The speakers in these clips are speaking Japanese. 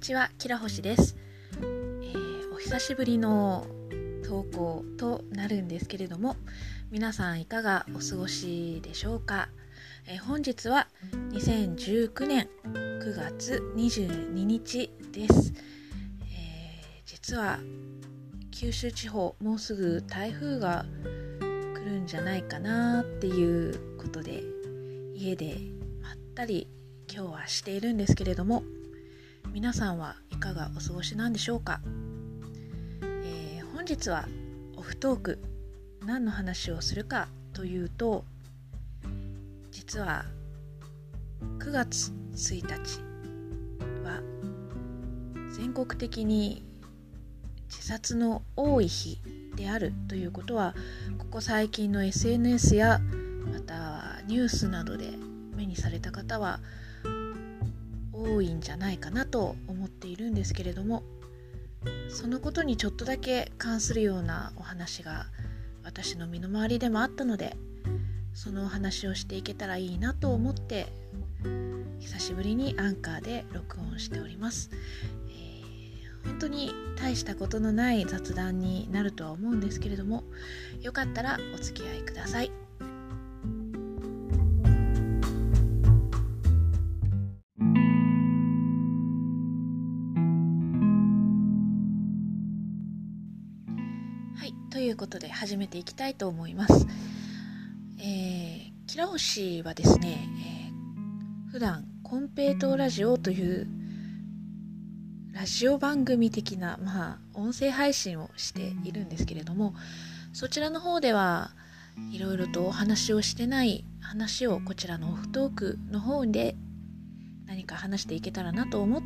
ちは、きらほしです。お久しぶりの投稿となるんですけれども、皆さんいかがお過ごしでしょうか。本日は2019年9月22日です。実は九州地方、もうすぐ台風が来るんじゃないかなっていうことで、家でまったり今日はしているんですけれども、皆さんはいかがお過ごしなんでしょうか。本日はオフトーク、何の話をするかというと、実は9月1日は全国的に自殺の多い日であるということは、ここ最近の SNS やまたニュースなどで目にされた方は多いんじゃないかなと思っているんですけれども、そのことにちょっとだけ関するようなお話が私の身の回りでもあったので、そのお話をしていけたらいいなと思って久しぶりにアンカーで録音しております。本当に大したことのない雑談になるとは思うんですけれども、よかったらお付き合いください。はい、ということで始めていきたいと思います。きらほしはですね、普段コンペイトーラジオというラジオ番組的な、音声配信をしているんですけれども、そちらの方ではいろいろとお話をしてない話をこちらのオフトークの方で何か話していけたらなと思って、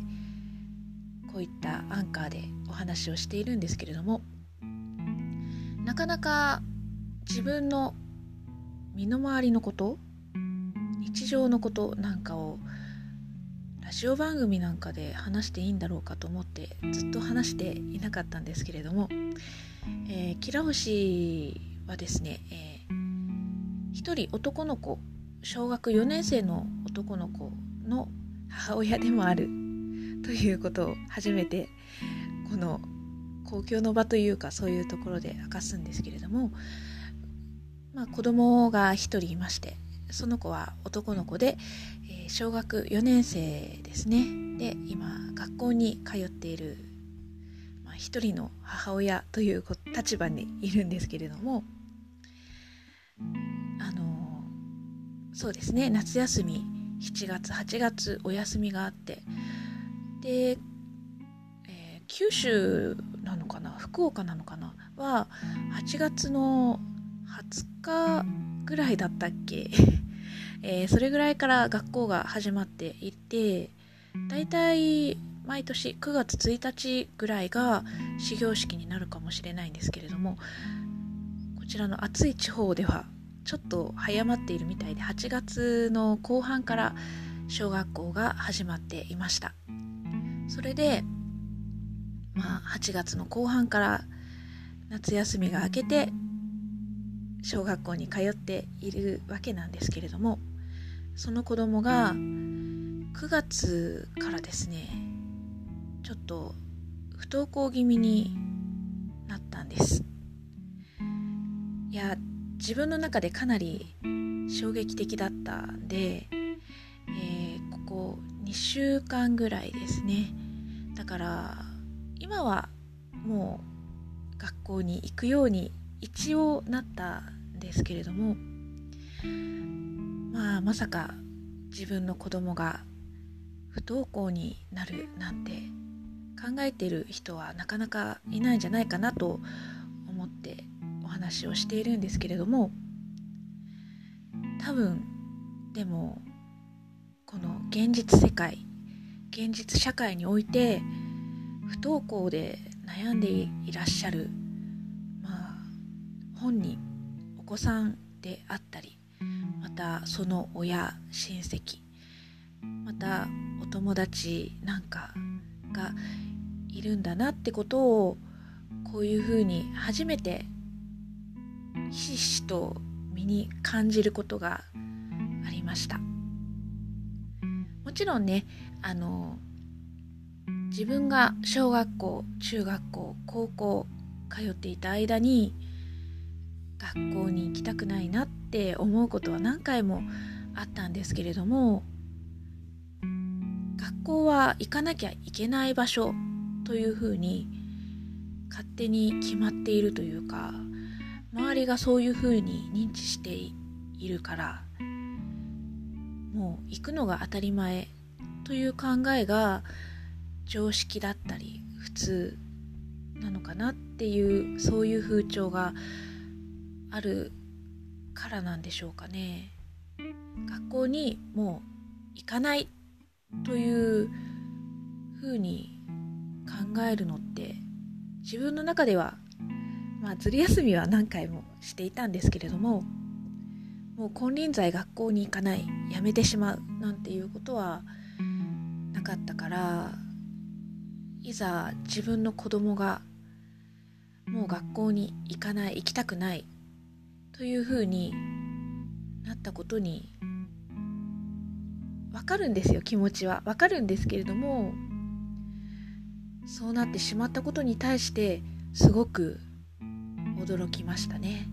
こういったアンカーでお話をしているんですけれども、なかなか自分の身の回りのこと、日常のことなんかをラジオ番組なんかで話していいんだろうかと思ってずっと話していなかったんですけれども、きらほしはですね、一人男の子、小学4年生の男の子の母親でもあるということを初めてこの公共の場というか、そういうところで明かすんですけれども、子供が一人いまして、その子は男の子で、小学4年生ですね。で、今学校に通っている、一人の母親という立場にいるんですけれども、そうですね、夏休み7月8月お休みがあって、で、九州なのかな、福岡なのかなは8月の20日ぐらいだったっけそれぐらいから学校が始まっていて、だいたい毎年9月1日ぐらいが始業式になるかもしれないんですけれども、こちらの暑い地方ではちょっと早まっているみたいで、8月の後半から小学校が始まっていました。それで8月の後半から夏休みが明けて小学校に通っているわけなんですけれども、その子供が9月からですね、ちょっと不登校気味になったんです。いや、自分の中でかなり衝撃的だったんで、ここ2週間ぐらいですね。だから今はもう学校に行くように一応なったんですけれども、まさか自分の子供が不登校になるなんて考えている人はなかなかいないんじゃないかなと思ってお話をしているんですけれども、多分でもこの現実世界、現実社会において不登校で悩んでいらっしゃる、本人、お子さんであったり、またその親、親戚、またお友達なんかがいるんだなってことを、こういうふうに初めてひしひしと身に感じることがありました。もちろんね、 自分が小学校、中学校、高校通っていた間に学校に行きたくないなって思うことは何回もあったんですけれども、学校は行かなきゃいけない場所というふうに勝手に決まっているというか、周りがそういうふうに認知しているから、もう行くのが当たり前という考えが常識だったり普通なのかなっていう、そういう風潮があるからなんでしょうかね。学校にもう行かないという風に考えるのって、自分の中ではずる休みは何回もしていたんですけれども、もう金輪際学校に行かない、やめてしまうなんていうことはなかったから、いざ自分の子供がもう学校に行かない、行きたくないというふうになったことに、わかるんですよ、気持ちはわかるんですけれども、そうなってしまったことに対してすごく驚きましたね。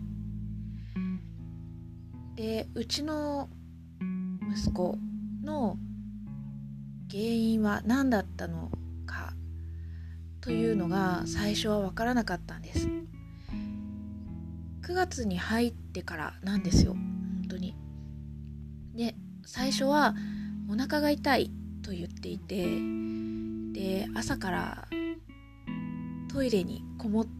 で、うちの息子の原因は何だったのかというのが最初は分からなかったんです。9月に入ってからなんですよ、本当に。で、最初はお腹が痛いと言っていて、で、朝からトイレにこもって、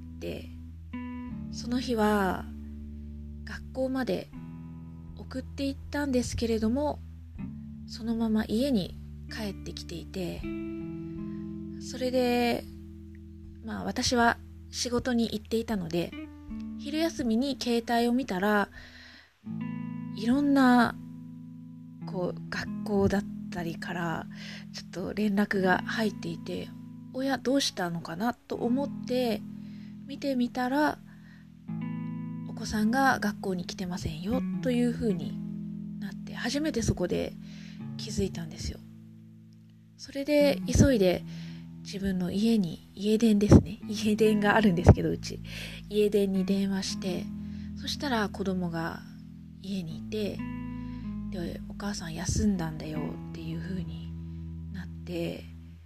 その日は学校まで送っていったんですけれども、そのまま家に帰ってきていて、それで私は仕事に行っていたので、昼休みに携帯を見たら、いろんな学校だったりからちょっと連絡が入っていて、おやどうしたのかなと思って見てみたら、お子さんが学校に来てませんよという風になって、初めてそこで気づいたんですよ。それで急いで自分の家電ですね、家電があるんですけど、うち家電に電話して、そしたら子供が家にいて、で、お母さん休んだんだよっていう風になって、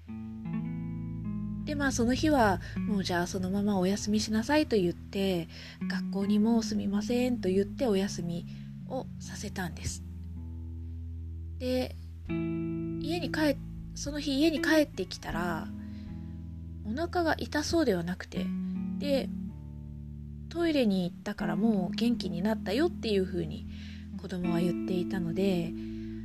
でその日はもうじゃあそのままお休みしなさいと言って、学校にもうすみませんと言ってお休みをさせたんです。で、その日家に帰ってきたら、お腹が痛そうではなくて、で、トイレに行ったからもう元気になったよっていう風に子供は言っていたので、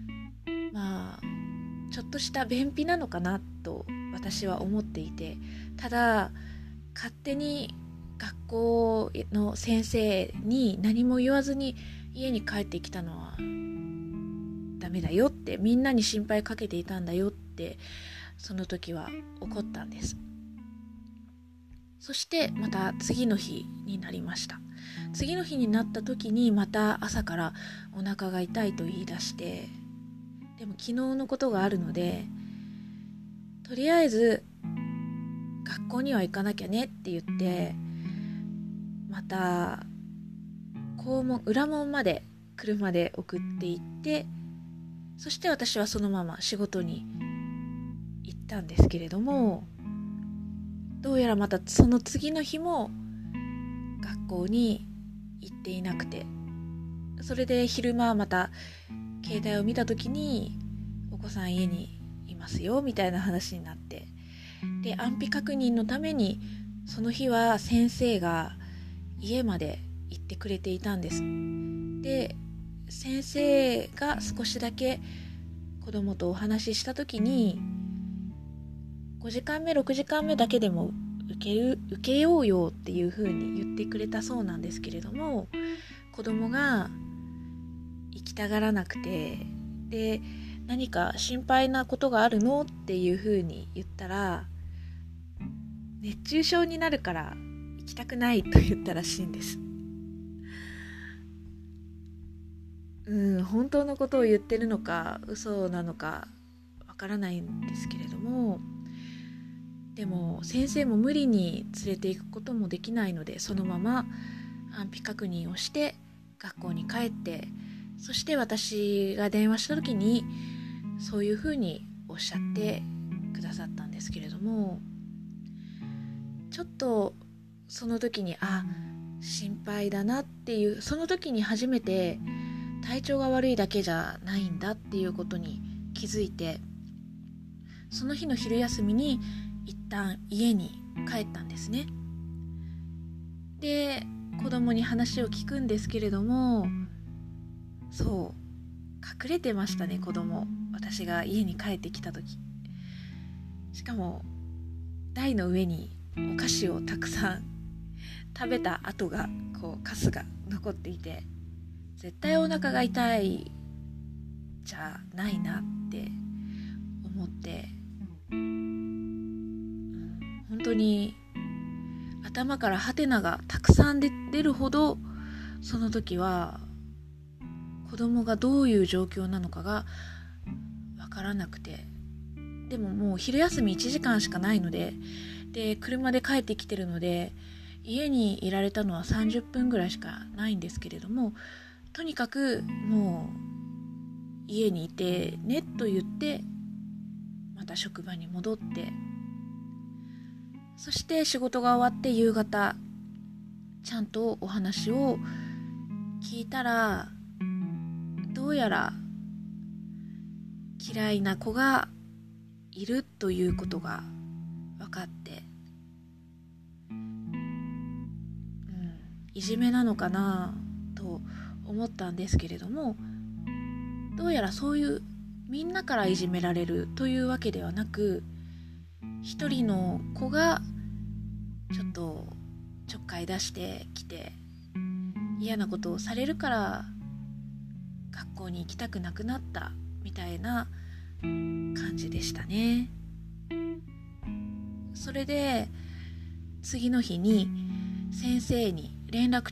ちょっとした便秘なのかなと私は思っていて、ただ勝手に学校の先生に何も言わずに家に帰ってきたのはダメだよって、みんなに心配かけていたんだよって、その時は怒ったんです。そしてまた次の日になりました。次の日になった時にまた朝からお腹が痛いと言い出して、でも昨日のことがあるので、とりあえず学校には行かなきゃねって言って、また裏門まで車で送って行って、そして私はそのまま仕事に行ったんですけれども、どうやらまたその次の日も学校に行っていなくて、それで昼間また携帯を見た時に、お子さん家にいますよみたいな話になって、で、安否確認のためにその日は先生が家まで行ってくれていたんです。で、先生が少しだけ子供とお話しした時に、5時間目6時間目だけでも受けようよっていう風に言ってくれたそうなんですけれども、子供が行きたがらなくて、で、何か心配なことがあるのっていう風に言ったら、熱中症になるから行きたくないと言ったらしいんです。本当のことを言ってるのか嘘なのかわからないんですけれども、 でも先生も無理に連れて行くこともできないので、そのまま安否確認をして学校に帰って、そして私が電話した時にそういうふうにおっしゃってくださったんですけれども、ちょっとその時に心配だなっていう、その時に初めて体調が悪いだけじゃないんだっていうことに気づいて、その日の昼休みに一旦家に帰ったんですね。で、子供に話を聞くんですけれども、隠れてましたね、子供。私が家に帰ってきた時、しかも台の上にお菓子をたくさん食べた跡がカスが残っていて、絶対お腹が痛いじゃないなって思って、本当に頭からハテナがたくさん出るほど、その時は子供がどういう状況なのかがわからなくて、でももう昼休み1時間しかないので、車で帰ってきてるので家にいられたのは30分ぐらいしかないんですけれども、とにかくもう家にいてねと言ってまた職場に戻って、そして仕事が終わって夕方ちゃんとお話を聞いたら、どうやら嫌いな子がいるということが分かって、いじめなのかなと思ったんですけれども、どうやらそういうみんなからいじめられるというわけではなく、一人の子がちょっとちょっかい出してきて嫌なことをされるから学校に行きたくなくなったみたいな感じでしたね。それで次の日に先生に連絡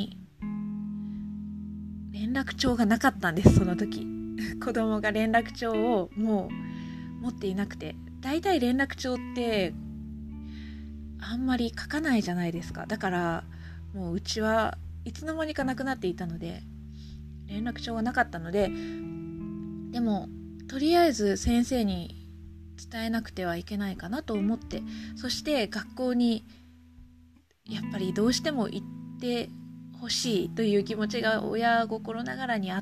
帳がなかったんです。その時子供が連絡帳をもう持っていなくて、だいたい連絡帳ってあんまり書かないじゃないですか。だからもううちはいつの間にかなくなっていたので連絡帳がなかったので、でもとりあえず先生に伝えなくてはいけないかなと思って、そして学校にやっぱりどうしても行ってほしいという気持ちが親心ながらにあって、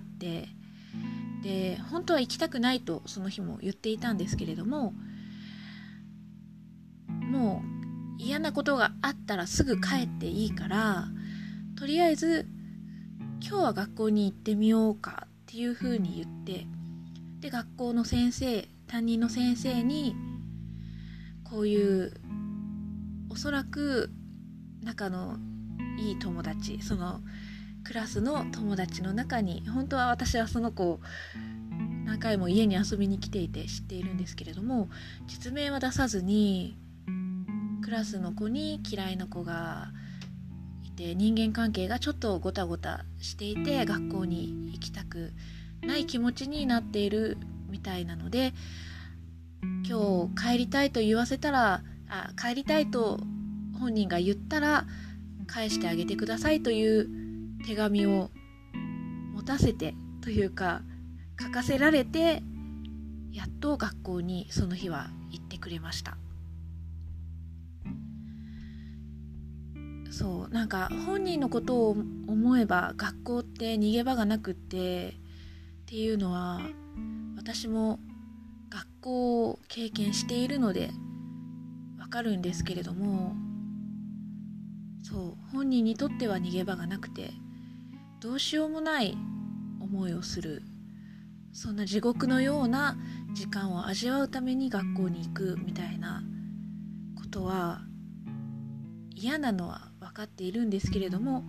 で本当は行きたくないとその日も言っていたんですけれども、もう嫌なことがあったらすぐ帰っていいから、とりあえず今日は学校に行ってみようかっていうふうに言って、で学校の先生、担任の先生にこういうおそらく仲のいい友達、そのクラスの友達の中に、本当は私はその子何回も家に遊びに来ていて知っているんですけれども、実名は出さずにクラスの子に嫌いな子がいて、人間関係がちょっとごたごたしていて学校に行きたくない気持ちになっているみたいなので、今日帰りたいと言わせたら、帰りたいと本人が言ったら返してあげてくださいという手紙を持たせてというか書かせられて、やっと学校にその日は行ってくれました。なんか本人のことを思えば学校って逃げ場がなくってっていうのは私も学校を経験しているのでわかるんですけれども、本人にとっては逃げ場がなくてどうしようもない思いをする、そんな地獄のような時間を味わうために学校に行くみたいなことは嫌なのは分かっているんですけれども、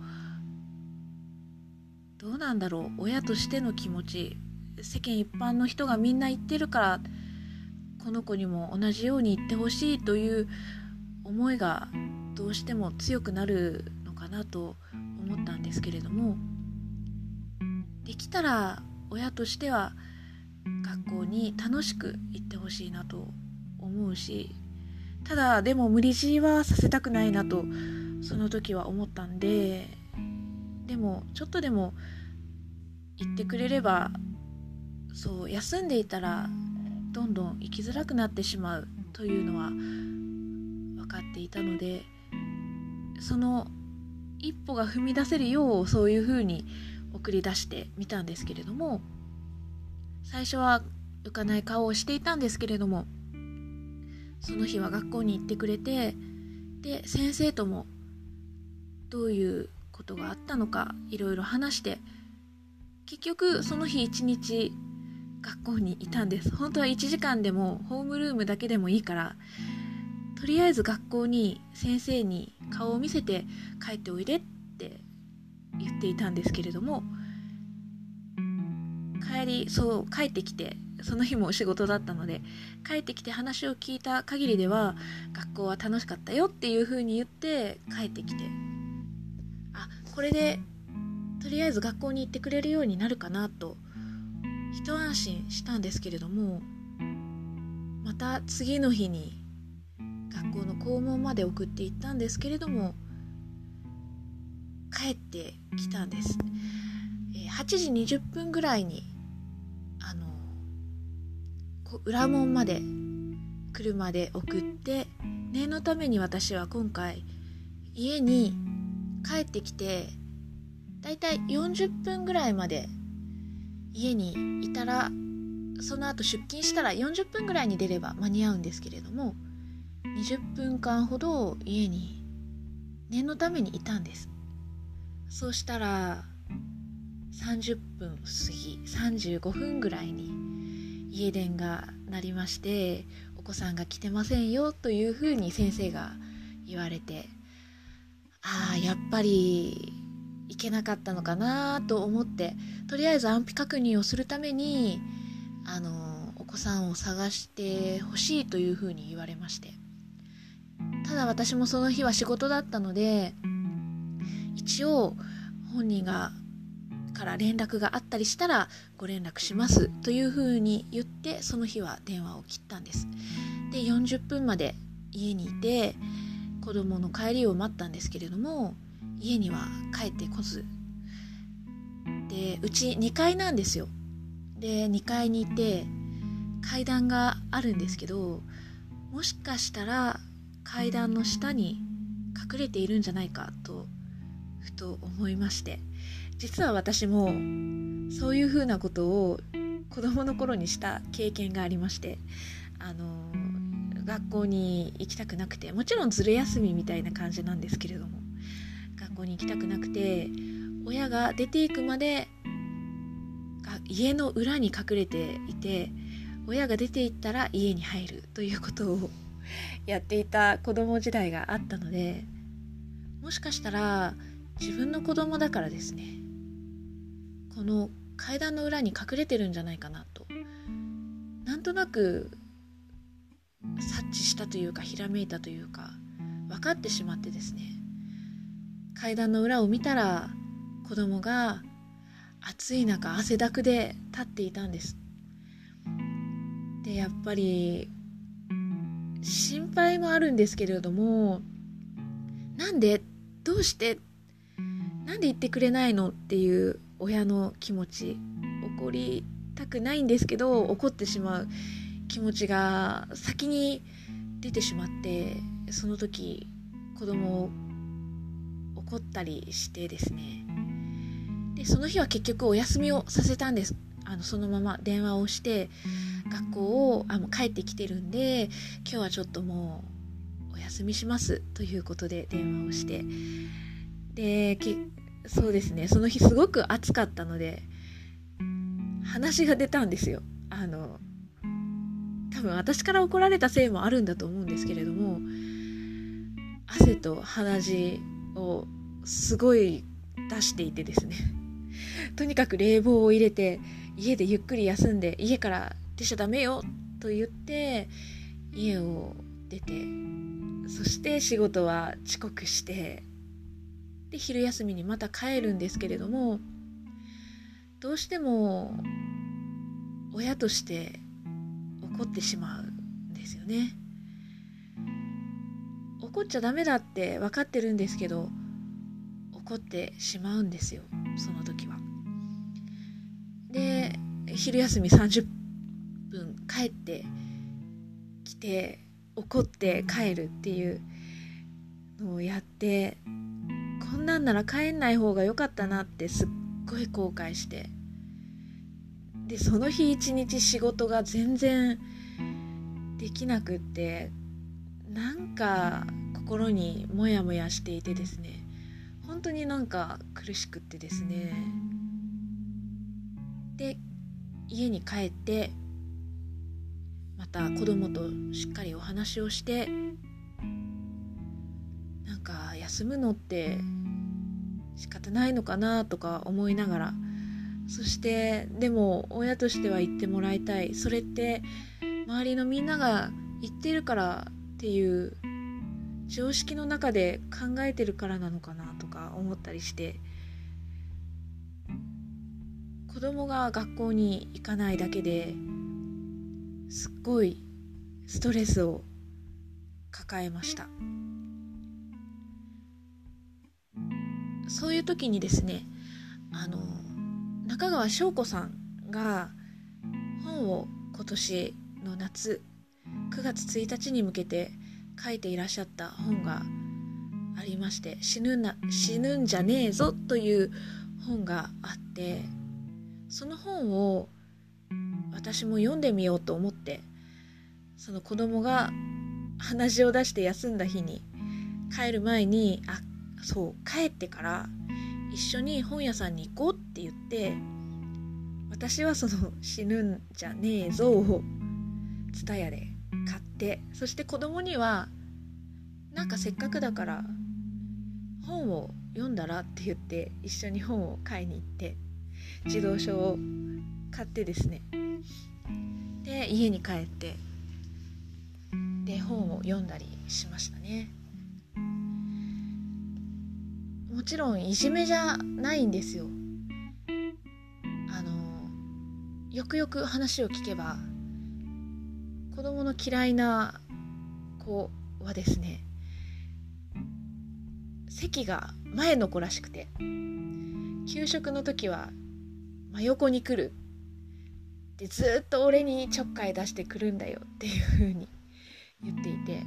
どうなんだろう、親としての気持ち、世間一般の人がみんな言ってるからこの子にも同じように言ってほしいという思いがどうしても強くなるのかなと思ったんですけれども、できたら親としては学校に楽しく行ってほしいなと思うし、 ただでも無理強いはさせたくないなとその時は思ったんで、でもちょっとでも言ってくれれば、そう休んでいたらどんどん生きづらくなってしまうというのは分かっていたので、その一歩が踏み出せるようそういうふうに送り出してみたんですけれども、最初は浮かない顔をしていたんですけれども、その日は学校に行ってくれて、で先生ともどういうことがあったのかいろいろ話して、結局その日一日学校にいたんです。本当は1時間でもホームルームだけでもいいから、とりあえず学校に先生に顔を見せて帰っておいでって言っていたんですけれども、帰ってきて、その日も仕事だったので帰ってきて話を聞いた限りでは、学校は楽しかったよっていう風に言って帰ってきて、これでとりあえず学校に行ってくれるようになるかなと一安心したんですけれども、また次の日に学校の校門まで送っていったんですけれども、帰ってきたんです。8時20分ぐらいに裏門まで車で送って、念のために私は今回家に帰ってきて、だいたい40分ぐらいまで家にいたら、その後出勤したら40分ぐらいに出れば間に合うんですけれども、20分間ほど家に念のためにいたんです。そうしたら30分過ぎ35分ぐらいに家電が鳴りまして、お子さんが来てませんよというふうに先生が言われて、やっぱりいけなかったのかなと思って、とりあえず安否確認をするためにお子さんを探してほしいというふうに言われまして、ただ私もその日は仕事だったので、一応本人から連絡があったりしたらご連絡しますというふうに言って、その日は電話を切ったんです。で40分まで家にいて子供の帰りを待ったんですけれども、家には帰ってこずで、うち2階なんですよ。で2階にいて階段があるんですけど、もしかしたら階段の下に隠れているんじゃないかとふと思いまして、実は私もそういうふうなことを子供の頃にした経験がありまして、学校に行きたくなくて、もちろんずる休みみたいな感じなんですけれども、学校に行きたくなくて親が出ていくまで家の裏に隠れていて、親が出て行ったら家に入るということをやっていた子供時代があったので、もしかしたら自分の子供だからですね、この階段の裏に隠れてるんじゃないかなと、なんとなく察知したというか、ひらめいたというか、分かってしまってですね、階段の裏を見たら子供が暑い中汗だくで立っていたんです。でやっぱり心配もあるんですけれども、どうしてなんで言ってくれないのっていう親の気持ち、怒りたくないんですけど怒ってしまう気持ちが先に出てしまって、その時子供を怒ったりしてですね、でその日は結局お休みをさせたんです。そのまま電話をして、学校を帰ってきてるんで今日はちょっともうお休みしますということで電話をして、でそうですね、その日すごく暑かったので話が出たんですよ。多分私から怒られたせいもあるんだと思うんですけれども、汗と鼻血をすごい出していてですね、とにかく冷房を入れて家でゆっくり休んで、家から出ちゃダメよと言って家を出て、そして仕事は遅刻して、で昼休みにまた帰るんですけれども、どうしても親として怒ってしまうんですよね。 怒っちゃダメだって分かってるんですけど、怒ってしまうんですよ、その時は。で、昼休み30分帰ってきて怒って帰るっていうのをやって、こんなんなら帰んない方が良かったなってすっごい後悔して、でその日一日仕事が全然できなくって、なんか心にモヤモヤしていてですね、本当になんか苦しくってですね。で家に帰ってまた子供としっかりお話をして、なんか休むのって仕方ないのかなとか思いながら、そしてでも親としては言ってもらいたい、それって周りのみんなが言ってるからっていう常識の中で考えてるからなのかなとか思ったりして、子供が学校に行かないだけですっごいストレスを抱えました。そういう時にですね、中川翔子さんが本を今年の夏9月1日に向けて書いていらっしゃった本がありまして、死ぬんじゃねえぞという本があって、その本を私も読んでみようと思って、その子供が鼻血を出して休んだ日に帰る前に、帰ってから一緒に本屋さんに行こうって言って、私はその死ぬんじゃねえぞをTSUTAYAで買って、そして子供にはなんかせっかくだから本を読んだらって言って一緒に本を買いに行って児童書を買ってですね、で家に帰ってで本を読んだりしましたね。もちろんいじめじゃないんですよ。よくよく話を聞けば、子供の嫌いな子はですね、席が前の子らしくて、給食の時は真横に来るで、ずっと俺にちょっかい出してくるんだよっていう風に言っていて、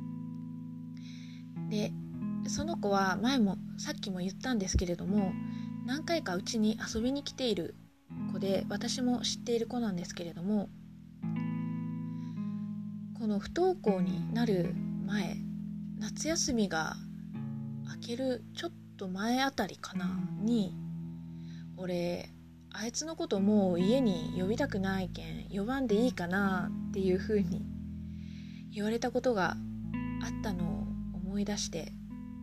でその子はさっきも言ったんですけれども、何回かうちに遊びに来ている子で、私も知っている子なんですけれども、この不登校になる前、夏休みが明けるちょっと前あたりかなに、俺あいつのこともう家に呼びたくないけん呼ばんでいいかなっていう風に言われたことがあったのを思い出して、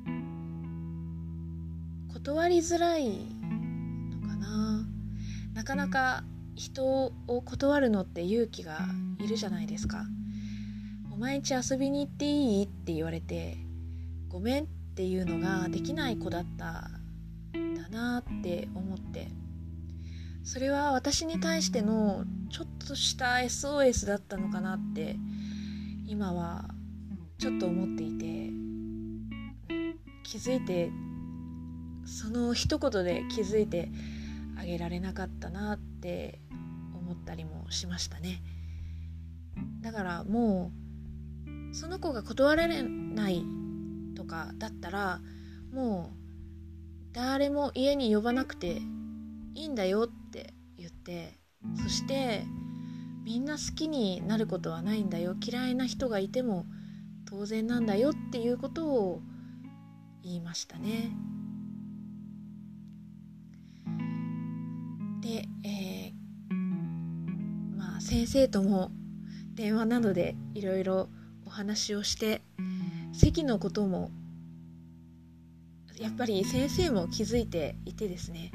断りづらいのかな。なかなか人を断るのって勇気がいるじゃないですか。お前んち遊びに行っていいって言われてごめんっていうのができない子だったんだなって思って、それは私に対してのちょっとした SOS だったのかなって今はちょっと思っていて、気づいて、その一言で気づいてあげられなかったなって思ったりもしましたね。だからもうその子が断られないとかだったら、もう誰も家に呼ばなくていいんだよって言って、そしてみんな好きになることはないんだよ、嫌いな人がいても当然なんだよっていうことを言いましたね。で、先生とも電話などでいろいろお話をして、席のこともやっぱり先生も気づいていてですね、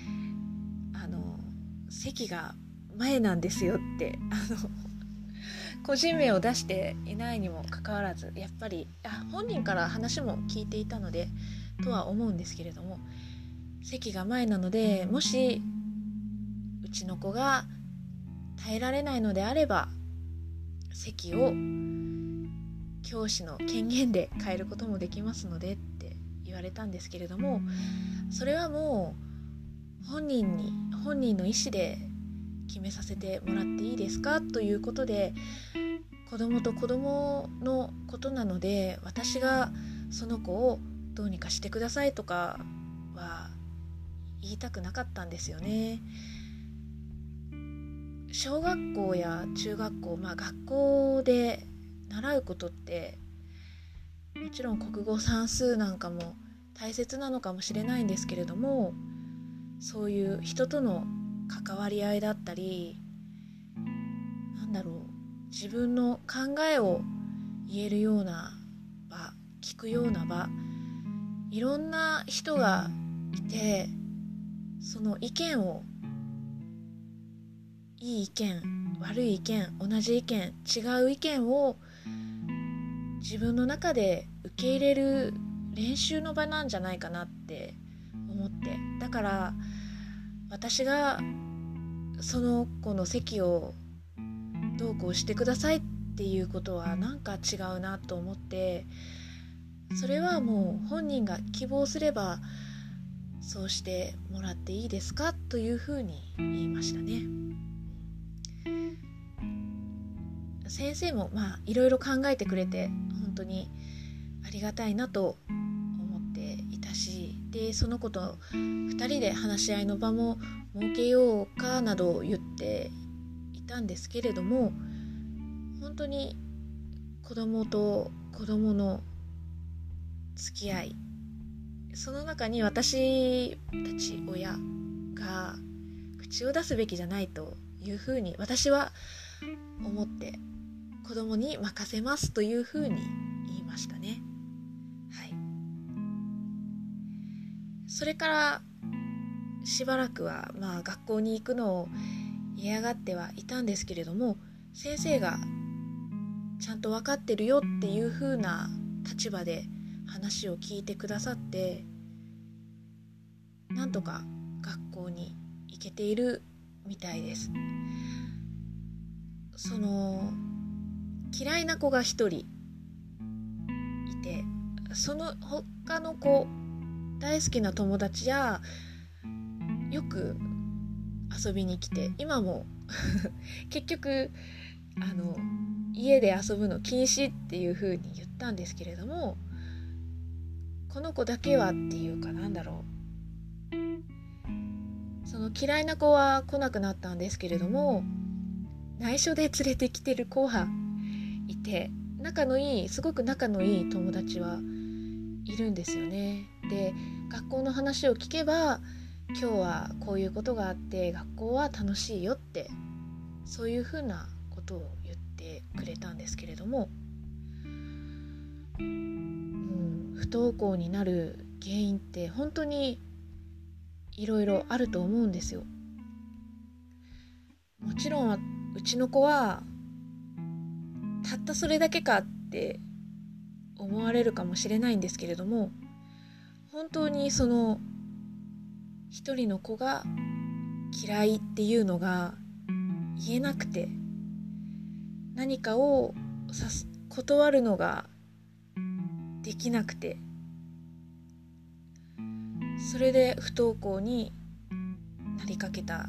席が前なんですよって個人名を出していないにもかかわらず、やっぱり本人から話も聞いていたのでとは思うんですけれども、席が前なので、もしうちの子が耐えられないのであれば席を教師の権限で変えることもできますのでって言われたんですけれども、それはもう本人の意思で決めさせてもらっていいですかということで、子供と子供のことなので、私がその子をどうにかしてくださいとかは言いたくなかったんですよね。小学校や中学校、学校で習うことってもちろん国語算数なんかも大切なのかもしれないんですけれども、そういう人との関わり合いだったり、自分の考えを言えるような場、聞くような場、いろんな人がいて、その意見を、いい意見、悪い意見、同じ意見、違う意見を自分の中で受け入れる練習の場なんじゃないかなって思って、だから私がその子の席をどうこうしてくださいっていうことはなんか違うなと思って、それはもう本人が希望すればそうしてもらっていいですかというふうに言いましたね。先生もいろいろ考えてくれて本当にありがたいなと思っていたし、でその子と2人で話し合いの場も設けようかなど言っていたんですけれども、本当に子供と子供の付き合い、その中に私たち親が口を出すべきじゃないというふうに私は思って、子供に任せますというふうに言いましたね。はい。それからしばらくは学校に行くのを嫌がってはいたんですけれども、先生がちゃんと分かってるよっていう風な立場で話を聞いてくださって、なんとか学校に行けているみたいです。その嫌いな子が一人いて、その他の子、大好きな友達やよく遊びに来て、今も結局家で遊ぶの禁止っていう風に言ったんですけれども、この子だけはっていうかその嫌いな子は来なくなったんですけれども、内緒で連れてきてる子はいて、すごく仲のいい友達はいるんですよね。で、学校の話を聞けば、今日はこういうことがあって学校は楽しいよって、そういうふうなことを言ってくれたんですけれども、不登校になる原因って本当にいろいろあると思うんですよ。もちろんうちの子はたったそれだけかって思われるかもしれないんですけれども、本当にその一人の子が嫌いっていうのが言えなくて、何かを断るのができなくて、それで不登校になりかけた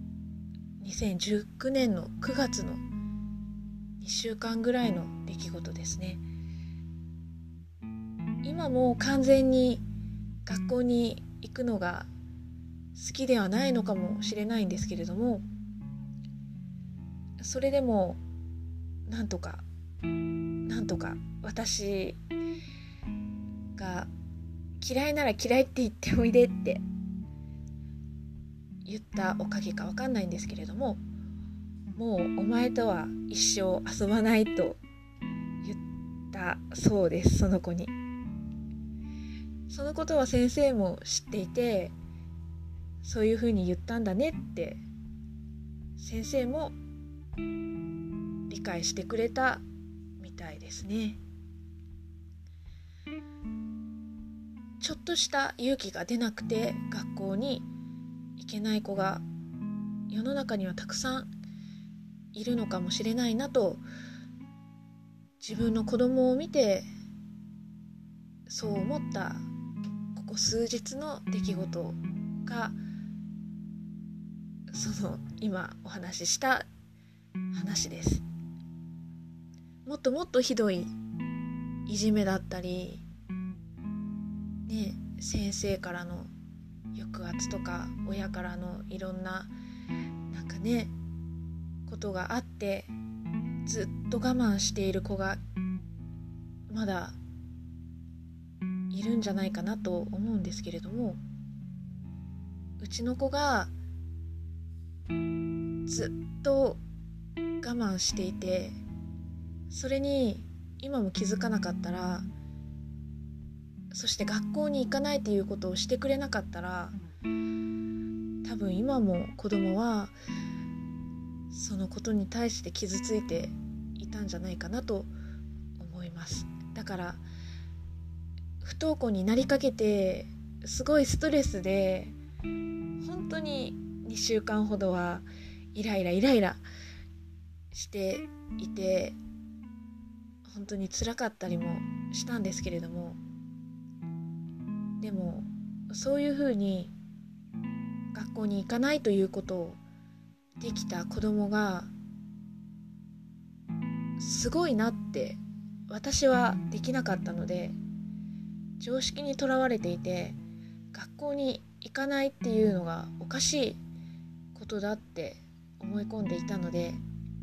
2019年の9月の2週間ぐらいの出来事ですね。今も完全に学校に行くのが好きではないのかもしれないんですけれども、それでもなんとか私が嫌いなら嫌いって言っておいでって言ったおかげかわかんないんですけれども、もうお前とは一生遊ばないと言ったそうです。その子に。そのことは先生も知っていて、そういうふうに言ったんだねって先生も理解してくれたみたいですね。ちょっとした勇気が出なくて学校に行けない子が世の中にはたくさんいるのかもしれないなと自分の子供を見てそう思ったここ数日の出来事がその今お話しした話です。もっともっとひどいいじめだったりね、先生からの抑圧とか親からのいろんななんかねことがあってずっと我慢している子がまだいるんじゃないかなと思うんですけれども、うちの子がずっと我慢していて、それに今も気づかなかったら、そして学校に行かないっていうことをしてくれなかったら、多分今も子供はそのことに対して傷ついていたんじゃないかなと思います。だから不登校になりかけてすごいストレスで本当に2週間ほどはイライラしていて、本当に辛かったりもしたんですけれども、でもそういうふうに学校に行かないということをできた子供がすごいなって私はできなかったので、常識にとらわれていて学校に行かないっていうのがおかしいことだって思い込んでいたので、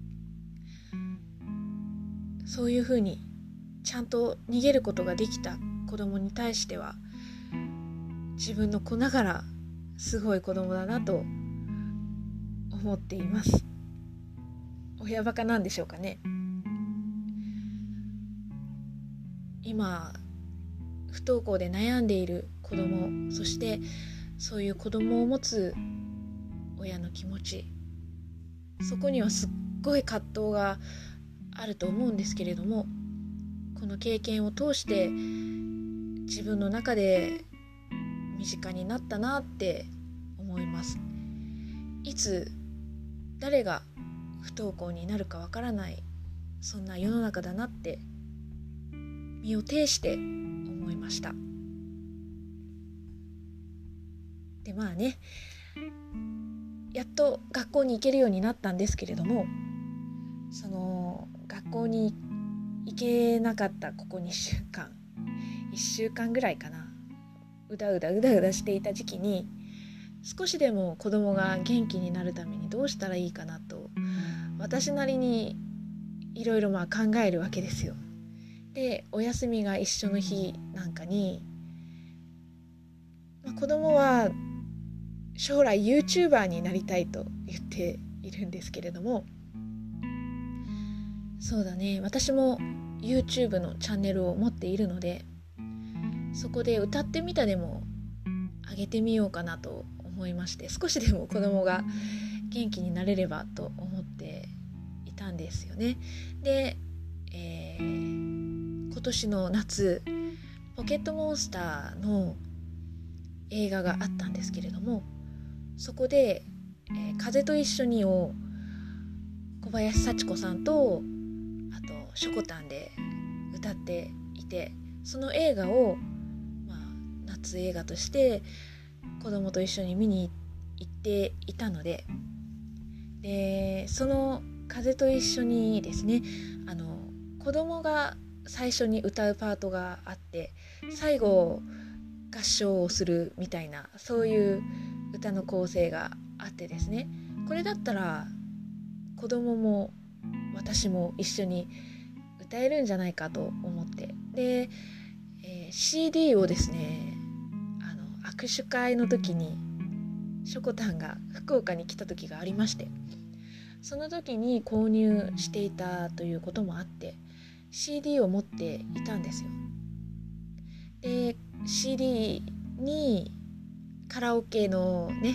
そういうふうにちゃんと逃げることができた子供に対しては自分の子ながらすごい子供だなと思っています。親バカなんでしょうかね。今不登校で悩んでいる子供、そしてそういう子供を持つ親の気持ち、そこにはすっごい葛藤があると思うんですけれども、この経験を通して自分の中で身近になったなって思います。いつ誰が不登校になるかわからない、そんな世の中だなって身を挺して思いました。でまあね、やっと学校に行けるようになったんですけれども、その学校に行けなかったここ2週間1週間ぐらいかな、うだうだしていた時期に、少しでも子供が元気になるためにどうしたらいいかなと私なりにいろいろ考えるわけですよ。でお休みが一緒の日なんかに、子供は将来 YouTuber になりたいと言っているんですけれども、そうだね、私も YouTube のチャンネルを持っているので、そこで歌ってみたでも上げてみようかなと思いまして、少しでも子供が元気になれればと思っていたんですよね。で、今年の夏ポケットモンスターの映画があったんですけれども、そこで、風と一緒にを小林幸子さんとあとしょこたんで歌っていて、その映画を、夏映画として子供と一緒に見に行っていたので、その風と一緒にですね、子供が最初に歌うパートがあって、最後合唱をするみたいな、そういう歌の構成があってですね、これだったら子供も私も一緒に歌えるんじゃないかと思って、で、CD をですね、握手会の時にしょこたんが福岡に来た時がありまして、その時に購入していたということもあって CD を持っていたんですよ。で CD にカラオケのね、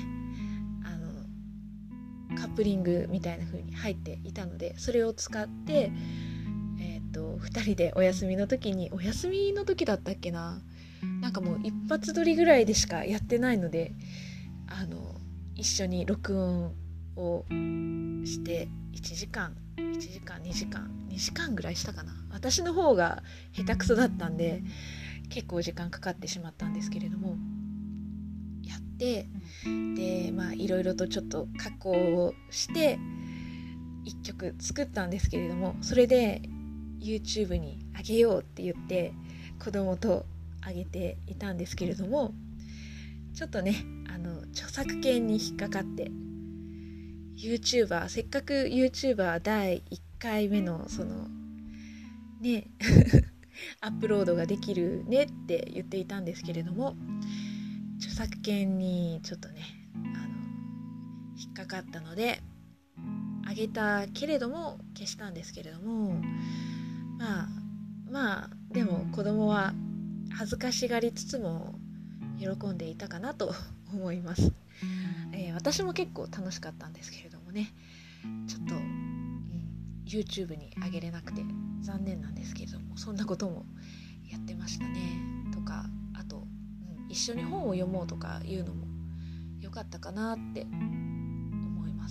カップリングみたいな風に入っていたので、それを使って2人でお休みの時だったっけな、なんかもう一発撮りぐらいでしかやってないので、一緒に録音をして2時間ぐらいしたかな、 私の方が下手くそだったんで結構時間かかってしまったんですけれども、やってでいろいろとちょっと加工をして一曲作ったんですけれども、それで YouTube にあげようって言って子供とあげていたんですけれども、ちょっとね著作権に引っかかって、せっかく YouTuber 第1回目のそのねアップロードができるねって言っていたんですけれども、著作権にちょっとね引っかかったのであげたけれども消したんですけれども、でも子供は恥ずかしがりつつも喜んでいたかなと思います。私も結構楽しかったんですけれどもね、ちょっと、YouTube に上げれなくて残念なんですけれども、そんなこともやってましたね。とかあと、一緒に本を読もうとかいうのも良かったかなって思います。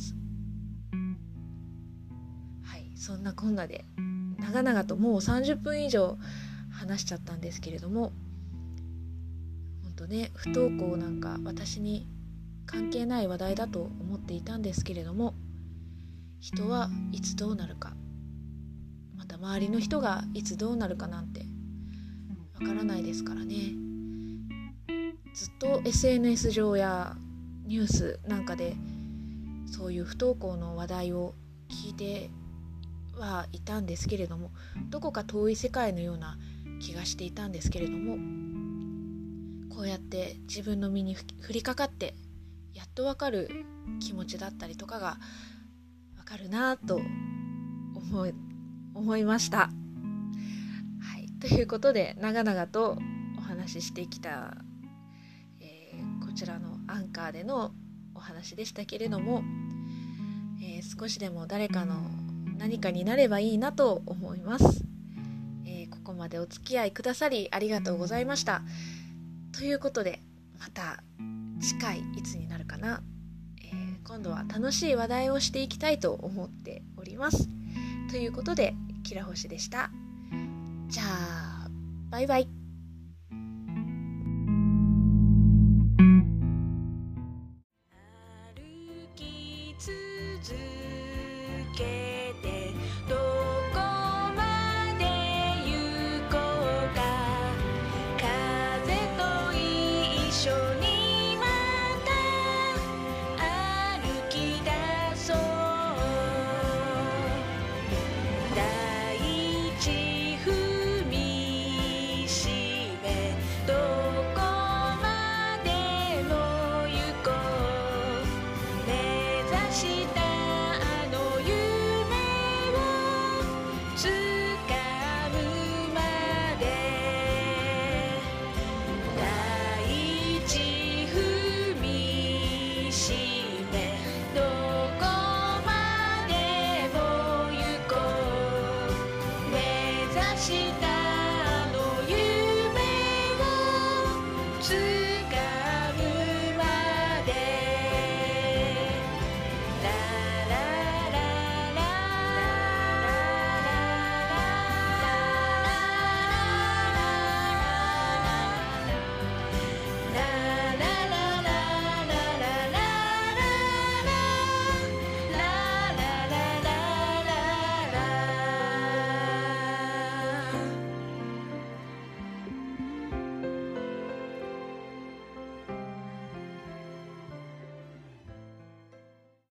はい、そんなこんなで長々ともう30分以上話しちゃったんですけれども、本当ね、不登校なんか私に関係ない話題だと思っていたんですけれども、人はいつどうなるか、また周りの人がいつどうなるかなんてわからないですからね。ずっと SNS 上やニュースなんかでそういう不登校の話題を聞いてはいたんですけれども、どこか遠い世界のような気がしていたんですけれども、こうやって自分の身に降りかかってやっとわかる気持ちだったりとかがわかるなと思いました。はい、ということで長々とお話ししてきた、こちらのアンカーでのお話でしたけれども、少しでも誰かの何かになればいいなと思います。ここまでお付き合いくださりありがとうございました。ということでまた次回いつになるかな、今度は楽しい話題をしていきたいと思っております。ということできらほしでした。じゃあバイバイ。歩き続け